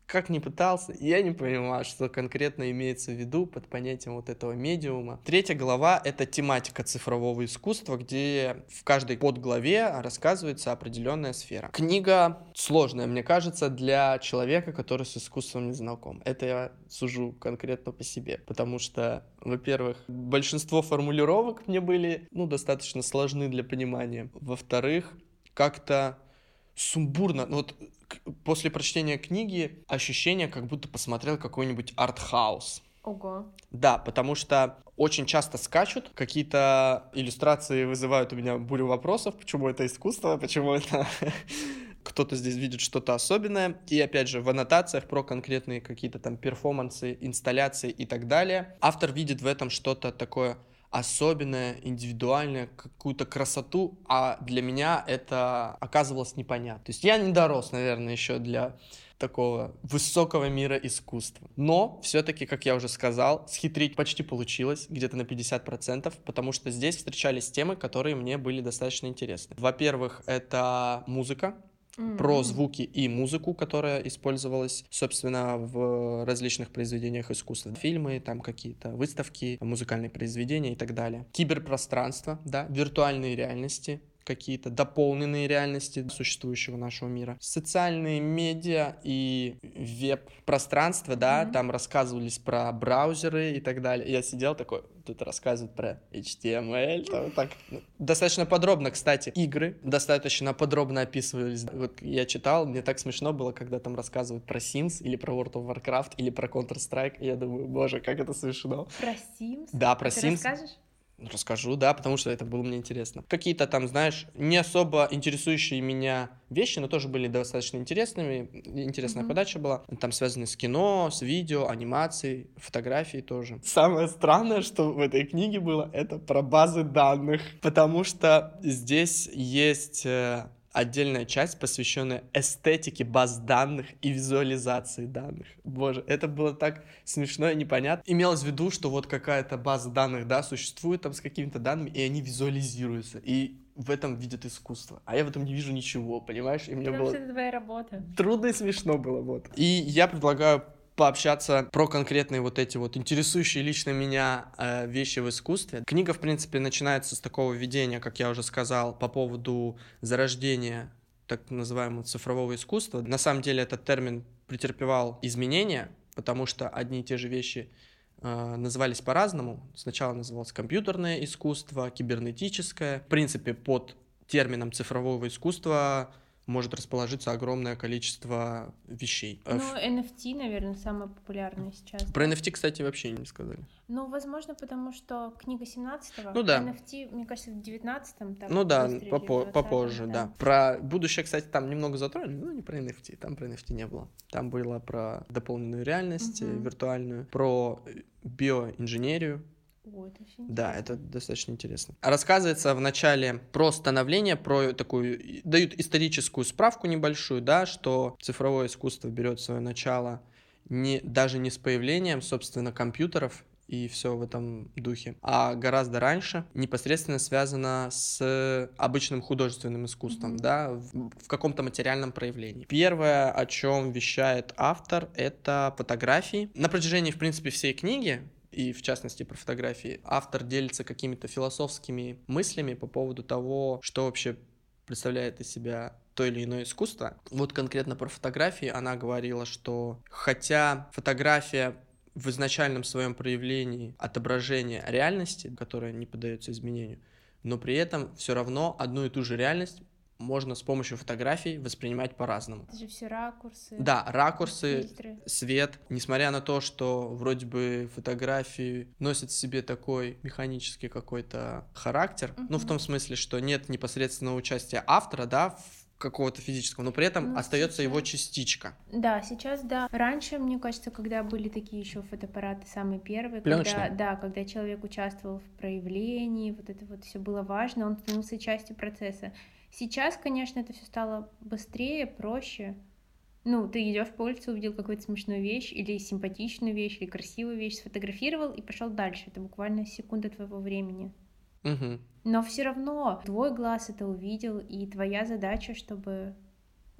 S2: как ни пытался, я не понимаю, что конкретно имеется в виду под понятием вот этого медиума. Третья глава — это тематика цифрового искусства, где в каждой подглаве рассказывается определенная сфера. Книга сложная, мне кажется, для человека, который с искусством не знаком. Это я сужу конкретно по себе, потому что, во-первых, большинство формулировок мне были, ну, достаточно сложны для понимания. Во-вторых, как-то сумбурно. Ну, вот после прочтения книги ощущение, как будто посмотрел какой-нибудь артхаус.
S1: Ого.
S2: Да, потому что очень часто скачут, какие-то иллюстрации вызывают у меня бурю вопросов, почему это искусство, почему это... Кто-то здесь видит что-то особенное. И опять же, в аннотациях про конкретные какие-то там перформансы, инсталляции и так далее. Автор видит в этом что-то такое особенное, индивидуальное, какую-то красоту, а для меня это оказывалось непонятно. То есть я не дорос, наверное, еще для такого высокого мира искусства. Но все-таки, как я уже сказал, схитрить почти получилось, где-то на пятьдесят процентов, потому что здесь встречались темы, которые мне были достаточно интересны. Во-первых, это музыка. Mm-hmm. Про звуки и музыку, которая использовалась, собственно, в различных произведениях искусства. Фильмы, там какие-то выставки, музыкальные произведения и так далее. Киберпространство, да, виртуальные реальности, какие-то дополненные реальности существующего нашего мира. Социальные медиа и веб-пространство, да, mm-hmm. там рассказывались про браузеры и так далее. Я сидел такой, тут рассказывают про эйч ти эм эль, там, так, достаточно подробно, кстати, игры достаточно подробно описывались. Вот я читал, мне так смешно было, когда там рассказывают про Sims или про World of Warcraft или про Counter-Strike, и я думаю, боже, как это смешно.
S1: Про Sims?
S2: Да, про
S1: а
S2: Sims.
S1: Ты расскажешь?
S2: Расскажу, да, потому что это было мне интересно. Какие-то там, знаешь, не особо интересующие меня вещи, но тоже были достаточно интересными. Интересная mm-hmm. подача была. Там связаны с кино, с видео, анимацией, фотографией тоже. Самое странное, что в этой книге было, это про базы данных. Потому что здесь есть... отдельная часть, посвященная эстетике баз данных и визуализации данных. Боже, это было так смешно и непонятно. Имелось в виду, что вот какая-то база данных, да, существует там с какими-то данными, и они визуализируются, и в этом видят искусство. А я в этом не вижу ничего, понимаешь? И мне
S1: Потому
S2: было...
S1: что это твоя работа.
S2: Трудно и смешно было, вот. И я предлагаю пообщаться про конкретные вот эти вот интересующие лично меня э, вещи в искусстве. Книга, в принципе, начинается с такого введения, как я уже сказал, по поводу зарождения так называемого цифрового искусства. На самом деле этот термин претерпевал изменения, потому что одни и те же вещи э, назывались по-разному. Сначала называлось компьютерное искусство, кибернетическое. В принципе, под термином цифрового искусства может расположиться огромное количество вещей.
S1: Ну, эн эф ти, наверное, самое популярное сейчас.
S2: Про да? эн эф ти, кстати, вообще не сказали.
S1: Ну, возможно, потому что книга семнадцатого,
S2: ну, да.
S1: эн эф ти, мне кажется, в девятнадцатом. Там
S2: ну да, попо- попозже, да. да. Про будущее, кстати, там немного затронули, но не про эн эф ти, там про эн эф ти не было. Там было про дополненную реальность, угу. виртуальную, про биоинженерию.
S1: О, это очень
S2: да, это достаточно интересно. Рассказывается в начале про становление, про такую, дают историческую справку небольшую, да, что цифровое искусство берет свое начало не, даже не с появлением, собственно, компьютеров и все в этом духе, а гораздо раньше, непосредственно связано с обычным художественным искусством, mm-hmm. да, в, в каком-то материальном проявлении. Первое, о чем вещает автор, это фотографии. На протяжении, в принципе, всей книги, и в частности про фотографии, автор делится какими-то философскими мыслями по поводу того, что вообще представляет из себя то или иное искусство. Вот конкретно про фотографии она говорила, что хотя фотография в изначальном своем проявлении отображение реальности, которая не поддается изменению, но при этом все равно одну и ту же реальность можно с помощью фотографий воспринимать по-разному.
S1: Это же все ракурсы.
S2: Да, ракурсы,
S1: фильтры.
S2: Свет. Несмотря на то, что вроде бы фотографии носят в себе такой механический какой-то характер, uh-huh. ну, в том смысле, что нет непосредственного участия автора, да, в какого-то физического, но при этом ну, остается сейчас... его частичка.
S1: Да, сейчас, да. Раньше, мне кажется, когда были такие еще фотоаппараты самые первые,
S2: Пленочные?
S1: когда, да, когда человек участвовал в проявлении, вот это вот все было важно, он становился частью процесса. Сейчас, конечно, это все стало быстрее, проще. Ну, ты идешь по улице, увидел какую-то смешную вещь, или симпатичную вещь, или красивую вещь, сфотографировал и пошел дальше. Это буквально секунда твоего времени.
S2: Угу.
S1: Но все равно твой глаз это увидел, и твоя задача, чтобы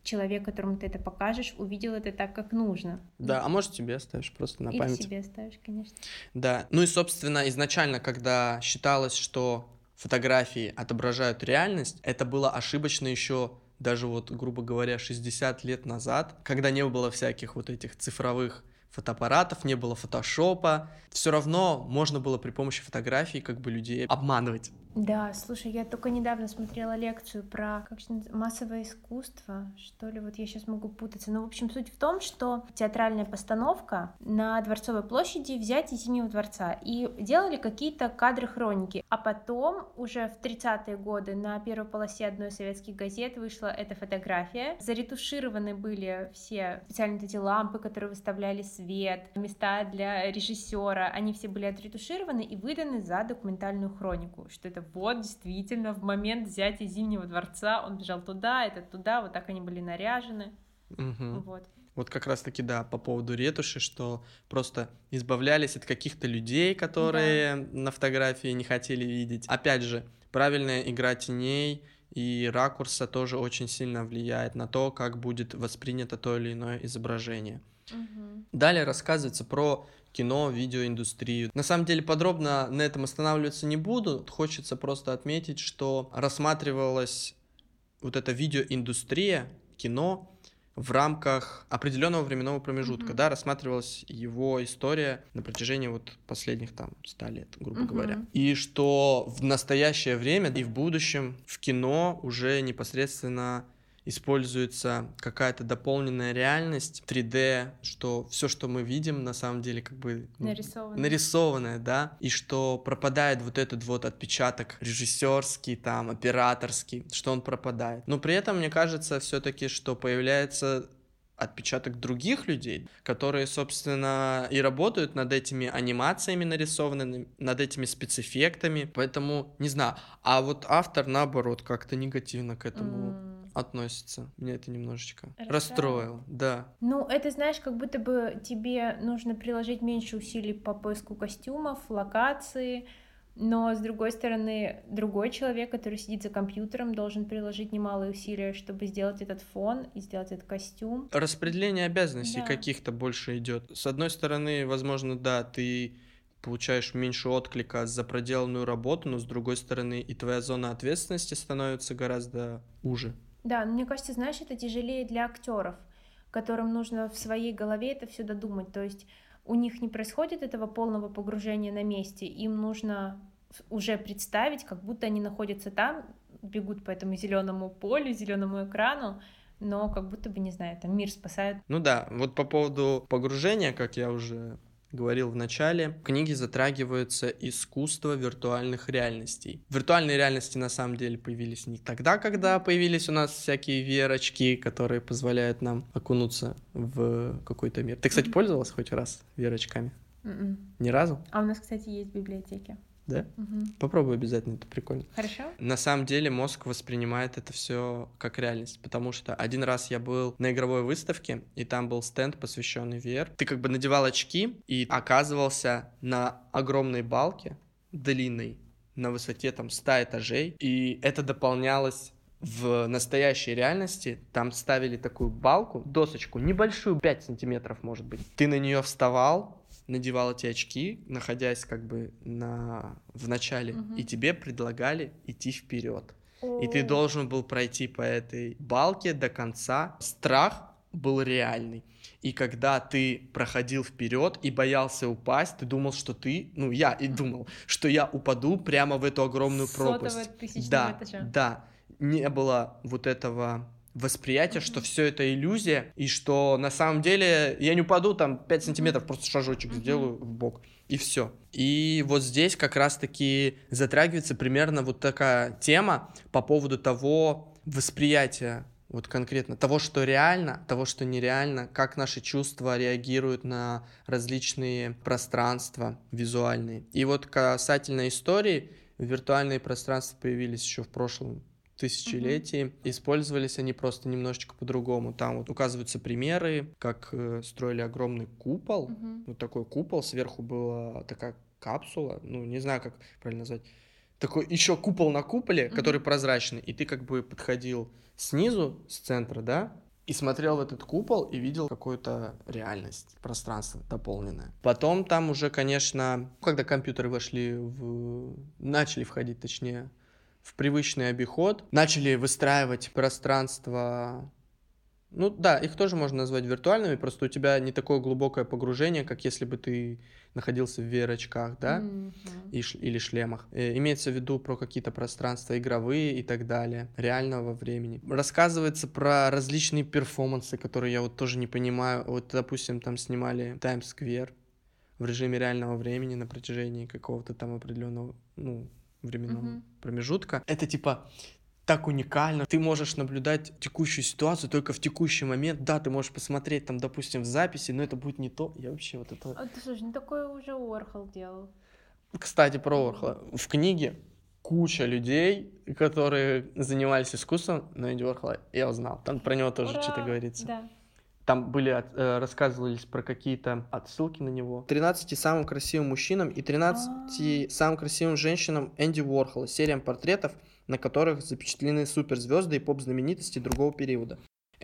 S1: человек, которому ты это покажешь, увидел это так, как нужно.
S2: Да, а может, тебе оставишь просто на
S1: Или
S2: память.
S1: себе оставишь, конечно.
S2: Да, ну и, собственно, изначально, когда считалось, что фотографии отображают реальность, это было ошибочно еще даже вот, грубо говоря, шестьдесят лет назад, когда не было всяких вот этих цифровых фотоаппаратов, не было фотошопа, все равно можно было при помощи фотографий как бы людей обманывать.
S1: Да, слушай, я только недавно смотрела лекцию про как же называется, массовое искусство, что ли, вот я сейчас могу путаться. Но, в общем, суть в том, что театральная постановка на Дворцовой площади «Взятие Зимнего дворца», и делали какие-то кадры хроники. А потом, уже в тридцатые годы, на первой полосе одной из советских газет вышла эта фотография. Заретушированы были все специальные эти лампы, которые выставляли свет, места для режиссера, они все были отретушированы и выданы за документальную хронику, что это вот, действительно, в момент взятия Зимнего дворца он бежал туда, этот туда, вот так они были наряжены.
S2: Угу.
S1: Вот.
S2: Вот как раз-таки, да, по поводу ретуши, что просто избавлялись от каких-то людей, которые да. на фотографии не хотели видеть. Опять же, правильная игра теней и ракурса тоже очень сильно влияет на то, как будет воспринято то или иное изображение. Угу. Далее рассказывается про кино, видеоиндустрию. На самом деле подробно на этом останавливаться не буду. Хочется просто отметить, что рассматривалась вот эта видеоиндустрия, кино в рамках определенного временного промежутка, mm-hmm. да, рассматривалась его история на протяжении вот последних там ста лет, грубо mm-hmm. говоря. И что в настоящее время и в будущем в кино уже непосредственно используется какая-то дополненная реальность, три дэ, что все, что мы видим, на самом деле как бы
S1: нарисованное,
S2: нарисованное, да, и что пропадает вот этот вот отпечаток режиссерский, там, операторский, что он пропадает. Но при этом, мне кажется, все-таки, что появляется отпечаток других людей, которые, собственно, и работают над этими анимациями нарисованными, над этими спецэффектами, поэтому, не знаю, а вот автор, наоборот, как-то негативно к этому mm. относится. Меня это немножечко расстроило. расстроило, да.
S1: Ну, это, знаешь, как будто бы тебе нужно приложить меньше усилий по поиску костюмов, локации, но, с другой стороны, другой человек, который сидит за компьютером, должен приложить немалые усилия, чтобы сделать этот фон и сделать этот костюм.
S2: Распределение обязанностей
S1: да.
S2: каких-то больше идет. С одной стороны, возможно, да, ты получаешь меньше отклика за проделанную работу, но, с другой стороны, и твоя зона ответственности становится гораздо уже.
S1: Да, но мне кажется, знаешь, это тяжелее для актеров, которым нужно в своей голове это все додумать, то есть у них не происходит этого полного погружения на месте, им нужно уже представить, как будто они находятся там, бегут по этому зеленому полю, зеленому экрану, но как будто бы, не знаю, там мир спасают.
S2: Ну да, вот по поводу погружения, как я уже говорил в начале, в книге затрагивается искусство виртуальных реальностей. Виртуальные реальности на самом деле появились не тогда, когда появились у нас всякие ви ар-очки, которые позволяют нам окунуться в какой-то мир. Ты, кстати, пользовалась хоть раз ви ар-очками?
S1: Mm-mm.
S2: Ни разу?
S1: А у нас, кстати, есть в библиотеке.
S2: Да?
S1: Угу.
S2: Попробуй обязательно, это прикольно.
S1: Хорошо.
S2: На самом деле мозг воспринимает это все как реальность, потому что один раз я был на игровой выставке, и там был стенд, посвященный ви ар. Ты как бы надевал очки и оказывался на огромной балке, длинной, на высоте там ста этажей, и это дополнялось в настоящей реальности. Там ставили такую балку, досочку, небольшую, пять сантиметров, может быть. Ты на нее вставал, надевал эти очки, находясь как бы на... в начале, угу. и тебе предлагали идти вперед. О. И ты должен был пройти по этой балке до конца. Страх был реальный. И когда ты проходил вперед и боялся упасть, ты думал, что ты, ну я и думал, что я упаду прямо в эту огромную пропасть.
S1: Сотого тысячного
S2: да,
S1: этажа.
S2: Да, не было вот этого восприятие, mm-hmm. что все это иллюзия, и что на самом деле я не упаду, там пять сантиметров, mm-hmm. просто шажочек mm-hmm. сделаю в бок, и все. И вот здесь как раз-таки затрагивается примерно вот такая тема по поводу того восприятия, вот конкретно, того, что реально, того, что нереально, как наши чувства реагируют на различные пространства визуальные. И вот касательно истории, виртуальные пространства появились еще в прошлом тысячелетий. Mm-hmm. Использовались они просто немножечко по-другому. Там вот указываются примеры, как э, строили огромный купол. Mm-hmm. Вот такой купол, сверху была такая капсула, ну, не знаю, как правильно назвать. Такой еще купол на куполе, mm-hmm. который прозрачный, и ты как бы подходил снизу, с центра, да, и смотрел в этот купол и видел какую-то реальность, пространство дополненное. Потом там уже, конечно, когда компьютеры вошли в... начали входить, точнее, в привычный обиход, начали выстраивать пространство... Ну да, их тоже можно назвать виртуальными, просто у тебя не такое глубокое погружение, как если бы ты находился в ви ар-очках, да,
S1: Mm-hmm.
S2: и ш- или шлемах. Э, имеется в виду про какие-то пространства игровые и так далее, реального времени. Рассказывается про различные перформансы, которые я вот тоже не понимаю. Вот, допустим, там снимали Таймс-сквер в режиме реального времени на протяжении какого-то там определенного, ну, временного
S1: Mm-hmm.
S2: промежутка. Это типа... так уникально. Ты можешь наблюдать текущую ситуацию только в текущий момент. Да, ты можешь посмотреть там, допустим, в записи, но это будет не то. Я вообще вот это...
S1: А, ты слушай, ну такое уже Уорхол делал.
S2: Кстати, про Уорхола. В книге куча людей, которые занимались искусством, но Энди Уорхола я узнал. Там про него тоже
S1: Ура!
S2: что-то говорится.
S1: Да.
S2: Там были, э, рассказывались про какие-то отсылки на него. тринадцати самым красивым мужчинам и тринадцати самым красивым женщинам Энди Уорхола. Сериям портретов, на которых запечатлены суперзвезды и поп-знаменитости другого периода.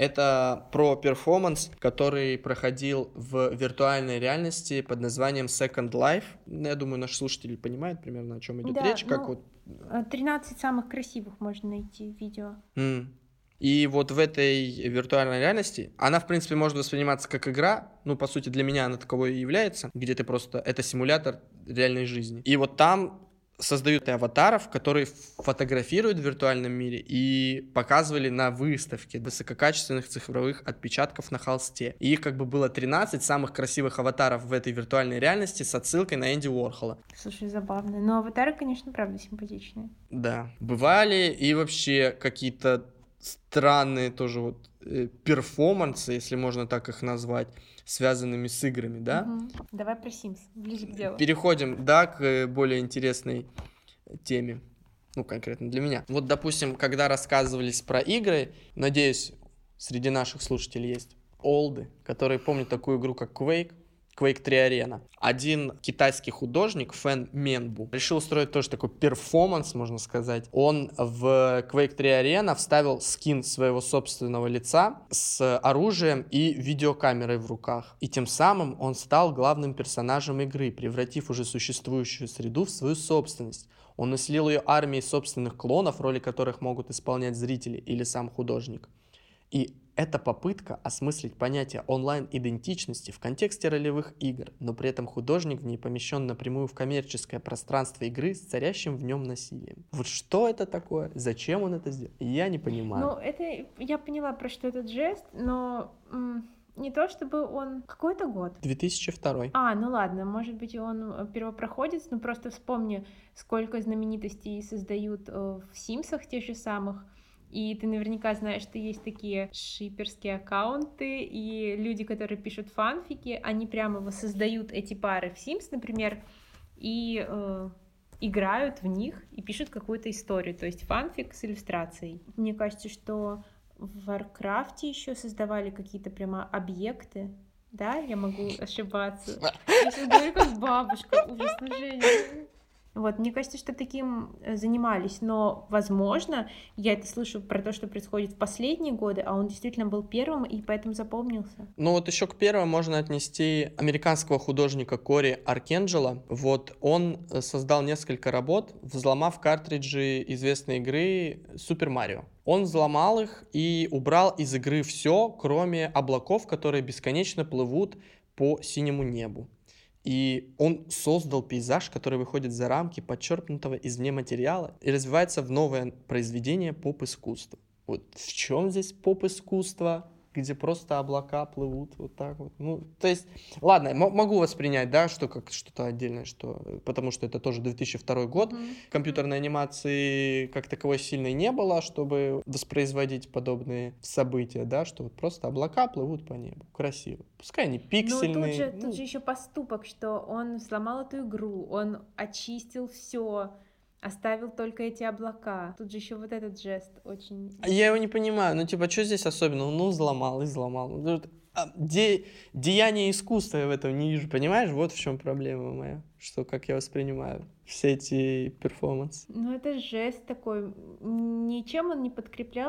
S2: Это про перформанс, который проходил в виртуальной реальности под названием Second Life. Я думаю, наши слушатели понимают примерно, о чем идет
S1: Да,
S2: речь. Как
S1: ну,
S2: вот...
S1: тринадцать самых красивых можно найти в видео.
S2: Mm. И вот в этой виртуальной реальности она, в принципе, может восприниматься как игра. Ну, по сути, для меня она таковой и является, где ты просто... Это симулятор реальной жизни. И вот там создают аватаров, которые фотографируют в виртуальном мире и показывали на выставке высококачественных цифровых отпечатков на холсте. И их как бы было тринадцать самых красивых аватаров в этой виртуальной реальности с отсылкой на Энди Уорхола.
S1: Слушай, забавно. Но аватары, конечно, правда симпатичные.
S2: Да. Бывали и вообще какие-то странные тоже вот э, перформансы, если можно так их назвать, связанными с играми, да?
S1: Угу. Давай про Sims, ближе к делу.
S2: Переходим, да, к более интересной теме, ну, конкретно для меня. Вот, допустим, когда рассказывались про игры, надеюсь, среди наших слушателей есть олды, которые помнят такую игру, как Quake, Quake три Arena. Один китайский художник, Фэн Менбу, решил устроить тоже такой перформанс, можно сказать. Он в Quake три Arena вставил скин своего собственного лица с оружием и видеокамерой в руках. И тем самым он стал главным персонажем игры, превратив уже существующую среду в свою собственность. Он населил ее армией собственных клонов, роли которых могут исполнять зрители или сам художник. И это попытка осмыслить понятие онлайн-идентичности в контексте ролевых игр, но при этом художник в ней помещен напрямую в коммерческое пространство игры с царящим в нем насилием. Вот что это такое? Зачем он это сделал? Я не понимаю.
S1: Ну, это я поняла, про что этот жест, но м- не то чтобы он... Какой это год?
S2: две тысячи второй.
S1: А, ну ладно, может быть, он первопроходец, но просто вспомни, сколько знаменитостей создают в Симсах тех же самых. И ты наверняка знаешь, что есть такие шиперские аккаунты, и люди, которые пишут фанфики, они прямо воссоздают эти пары в Sims, например, и э, играют в них и пишут какую-то историю, то есть фанфик с иллюстрацией. Мне кажется, что в Warcraft еще создавали какие-то прямо объекты, да? Я могу ошибаться. Я сейчас говорю как бабушка, ужасно, Женя. Вот, мне кажется, что таким занимались, но, возможно, я это слышу про то, что происходит в последние годы, а он действительно был первым и поэтому запомнился.
S2: Ну вот еще к первому можно отнести американского художника Кори Аркенджело. Вот он создал несколько работ, взломав картриджи известной игры Super Mario. Он взломал их и убрал из игры все, кроме облаков, которые бесконечно плывут по синему небу. И он создал пейзаж, который выходит за рамки подчеркнутого извне материала и развивается в новое произведение поп-искусства. Вот в чем здесь поп-искусство, где просто облака плывут вот так вот? Ну, то есть, ладно, м- могу воспринять, да, что как что-то отдельное, что, потому что это тоже две тысячи второй год. Mm-hmm. Компьютерной анимации как таковой сильной не было, чтобы воспроизводить подобные события, да, что вот просто облака плывут по небу. Красиво. Пускай они пиксельные.
S1: Но тут же,
S2: ну...
S1: тут же еще поступок, что он сломал эту игру, он очистил все, оставил только эти облака. Тут же еще вот этот жест очень...
S2: Я его не понимаю. Ну, типа, что здесь особенного? Ну, взломал и взломал. Де... Деяние искусства я в этом не вижу, понимаешь? Вот в чем проблема моя. Что, как я воспринимаю все эти перформансы.
S1: Ну, это жест такой. Ничем он не подкреплял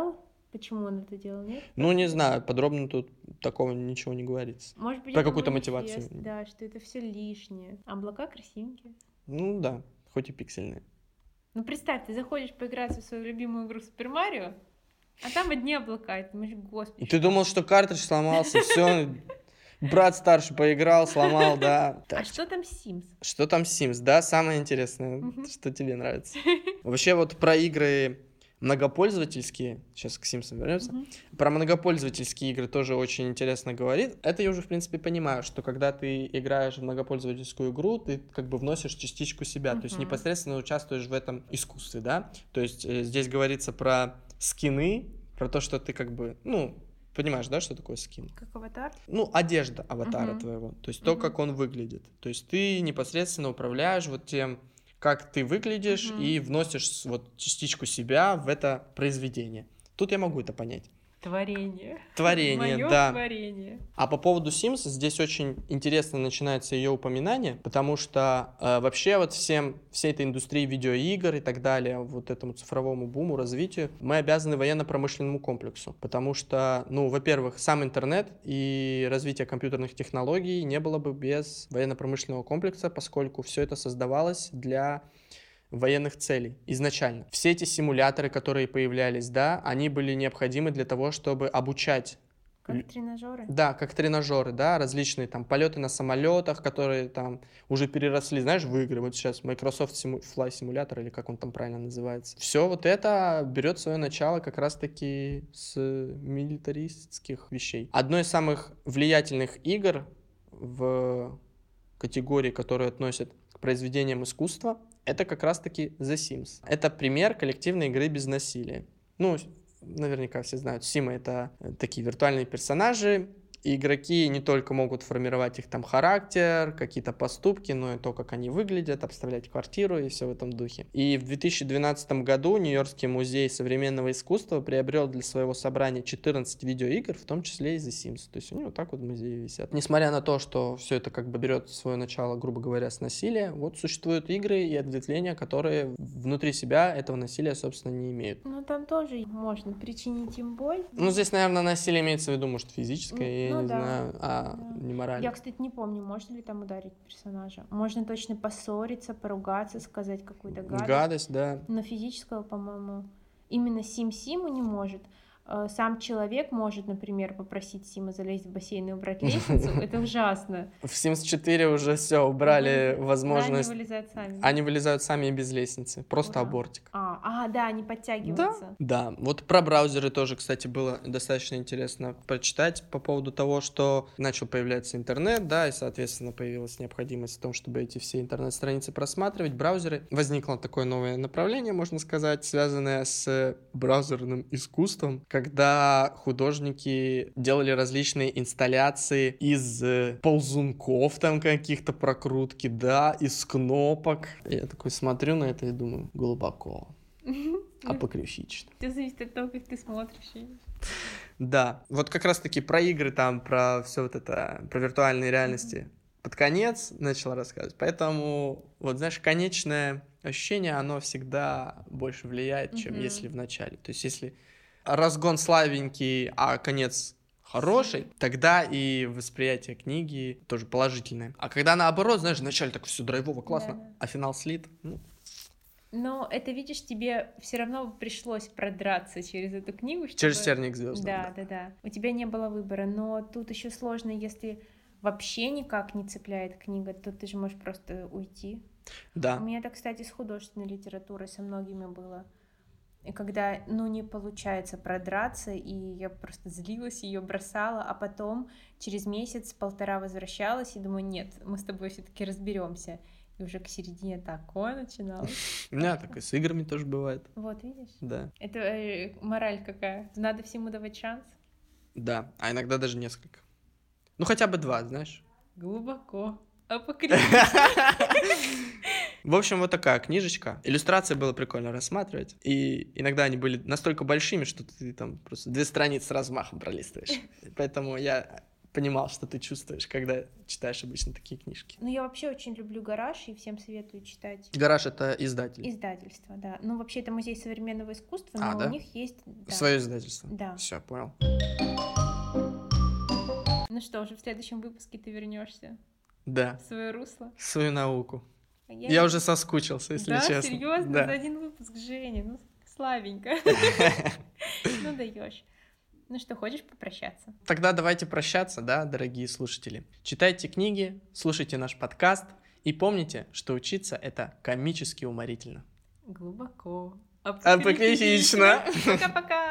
S1: Почему он это делал, нет?
S2: Ну, не знаю, подробно тут такого ничего не говорится.
S1: Может быть,
S2: Про
S1: это
S2: какую-то
S1: манифест,
S2: мотивацию.
S1: Да, что это все лишнее. Облака красивенькие.
S2: Ну да, хоть и пиксельные.
S1: Ну представь, ты заходишь поиграть в свою любимую игру Супер Марио, а там одни облака, и ты думаешь, господи.
S2: Ты думал, что картридж сломался, все, брат старший поиграл, сломал, да.
S1: А что там Sims?
S2: Что там Sims, да, самое интересное, что тебе нравится. Вообще вот про игры многопользовательские, сейчас к Sims вернемся, mm-hmm. про многопользовательские игры тоже очень интересно говорит. Это я уже, в принципе, понимаю, что когда ты играешь в многопользовательскую игру, ты как бы вносишь частичку себя, mm-hmm. то есть непосредственно участвуешь в этом искусстве, да. То есть э, здесь говорится про скины, про то, что ты как бы, ну, понимаешь, да, что такое скин?
S1: Как аватар?
S2: Ну, одежда аватара mm-hmm. твоего, то есть mm-hmm. то, как он выглядит. То есть ты непосредственно управляешь вот тем, как ты выглядишь, mm-hmm. и вносишь вот частичку себя в это произведение. Тут я могу это понять.
S1: Творение.
S2: Творение,
S1: Моё
S2: да.
S1: Творение.
S2: А по поводу Sims здесь очень интересно начинается ее упоминание, потому что э, вообще вот всем, всей этой индустрии видеоигр и так далее, вот этому цифровому буму, развитию, мы обязаны военно-промышленному комплексу, потому что, ну, во-первых, сам интернет и развитие компьютерных технологий не было бы без военно-промышленного комплекса, поскольку все это создавалось для военных целей изначально. Все эти симуляторы, которые появлялись, да, они были необходимы для того, чтобы обучать.
S1: Как тренажеры?
S2: Да, как тренажеры, да, различные там полеты на самолетах, которые там уже переросли, знаешь, в игры. Вот сейчас Microsoft Flight Simulator, или как он там правильно называется. Все вот это берет свое начало как раз-таки с милитаристских вещей. Одно из самых влиятельных игр в категории, которые относят к произведениям искусства, это как раз-таки The Sims. Это пример коллективной игры без насилия. Ну, наверняка все знают, Симы — это такие виртуальные персонажи, и игроки не только могут формировать их там характер, какие-то поступки, но и то, как они выглядят, обставлять квартиру и все в этом духе. И в две тысячи двенадцатом году Нью-Йоркский музей современного искусства приобрел для своего собрания четырнадцать видеоигр, в том числе и The Sims. То есть у него вот так вот в музее висят. Несмотря на то, что все это как бы берет свое начало, грубо говоря, с насилия, вот существуют игры и ответвления, которые внутри себя этого насилия, собственно, не имеют.
S1: Ну, там тоже можно причинить им боль.
S2: Ну, здесь, наверное, насилие имеется в виду, может, физическое,
S1: ну,
S2: я не
S1: да,
S2: знаю, а
S1: да.
S2: не морально.
S1: Я, кстати, не помню, можно ли там ударить персонажа. Можно точно поссориться, поругаться, сказать какую-то гадость.
S2: Гадость, да.
S1: Но физического, по-моему, именно Сим-Симу не может. Сам человек может, например, попросить Сима залезть в бассейн и убрать лестницу. Это ужасно.
S2: В Sims четыре уже все, убрали возможность...
S1: Они вылезают сами.
S2: Они вылезают сами и без лестницы. Просто
S1: Ура.
S2: Абортик.
S1: А, а, да, они подтягиваются.
S2: Да, да. Вот про браузеры тоже, кстати, было достаточно интересно прочитать по поводу того, что начал появляться интернет, да, и, соответственно, появилась необходимость в том, чтобы эти все интернет-страницы просматривать, браузеры. Возникло такое новое направление, можно сказать, связанное с браузерным искусством, когда художники делали различные инсталляции из ползунков там каких-то, прокрутки, да, из кнопок. Я такой смотрю на это и думаю, глубоко, апокрифично.
S1: Все зависит от того, как ты смотришь.
S2: Да, вот как раз-таки про игры там, про все вот это, про виртуальные реальности под конец начал рассказывать. Поэтому, вот знаешь, конечное ощущение, оно всегда больше влияет, чем mm-hmm. если в начале. То есть если разгон слабенький, а конец хороший, тогда и восприятие книги тоже положительное. А когда наоборот, знаешь, вначале так все драйвово, классно, да. а финал слит, ну...
S1: Но это, видишь, тебе все равно пришлось продраться через эту книгу. Чтобы...
S2: Через терник звезд.
S1: Да, да, да, да. У тебя не было выбора, но тут еще сложно, если вообще никак не цепляет книга, то ты же можешь просто уйти.
S2: Да.
S1: У меня это, кстати, с художественной литературой со многими было. И когда, ну, не получается продраться, и я просто злилась, ее бросала, а потом через месяц-полтора возвращалась и думаю, нет, мы с тобой все-таки разберемся. И уже к середине такое начиналось.
S2: У меня так и с играми тоже бывает.
S1: Вот, видишь?
S2: Да.
S1: Это э, мораль какая. Надо всему давать шанс. Да,
S2: а иногда даже несколько. Ну, хотя бы два, знаешь.
S1: Глубоко. Апокрифично.
S2: В общем, вот такая книжечка. Иллюстрации было прикольно рассматривать. И иногда они были настолько большими, что ты там просто две страницы с размахом пролистываешь. Поэтому я понимал, что ты чувствуешь, когда читаешь обычно такие книжки.
S1: Ну, я вообще очень люблю «Гараж» и всем советую читать.
S2: «Гараж» — это издатель?
S1: Издательство, да. Ну, вообще, это музей современного искусства, но
S2: а, да?
S1: у них есть... Да.
S2: Свое издательство?
S1: Да.
S2: Все, понял.
S1: Ну что, уже в следующем выпуске ты вернешься
S2: Да.
S1: в свое русло?
S2: В свою науку.
S1: А я...
S2: я уже соскучился, если
S1: да,
S2: честно.
S1: Серьезно?
S2: Да,
S1: за один выпуск, Женя, ну, слабенько. Ну, даешь. Ну что, хочешь попрощаться?
S2: Тогда давайте прощаться, да, дорогие слушатели. Читайте книги, слушайте наш подкаст и помните, что учиться — это комически уморительно.
S1: Глубоко.
S2: Апокрифично.
S1: Пока-пока.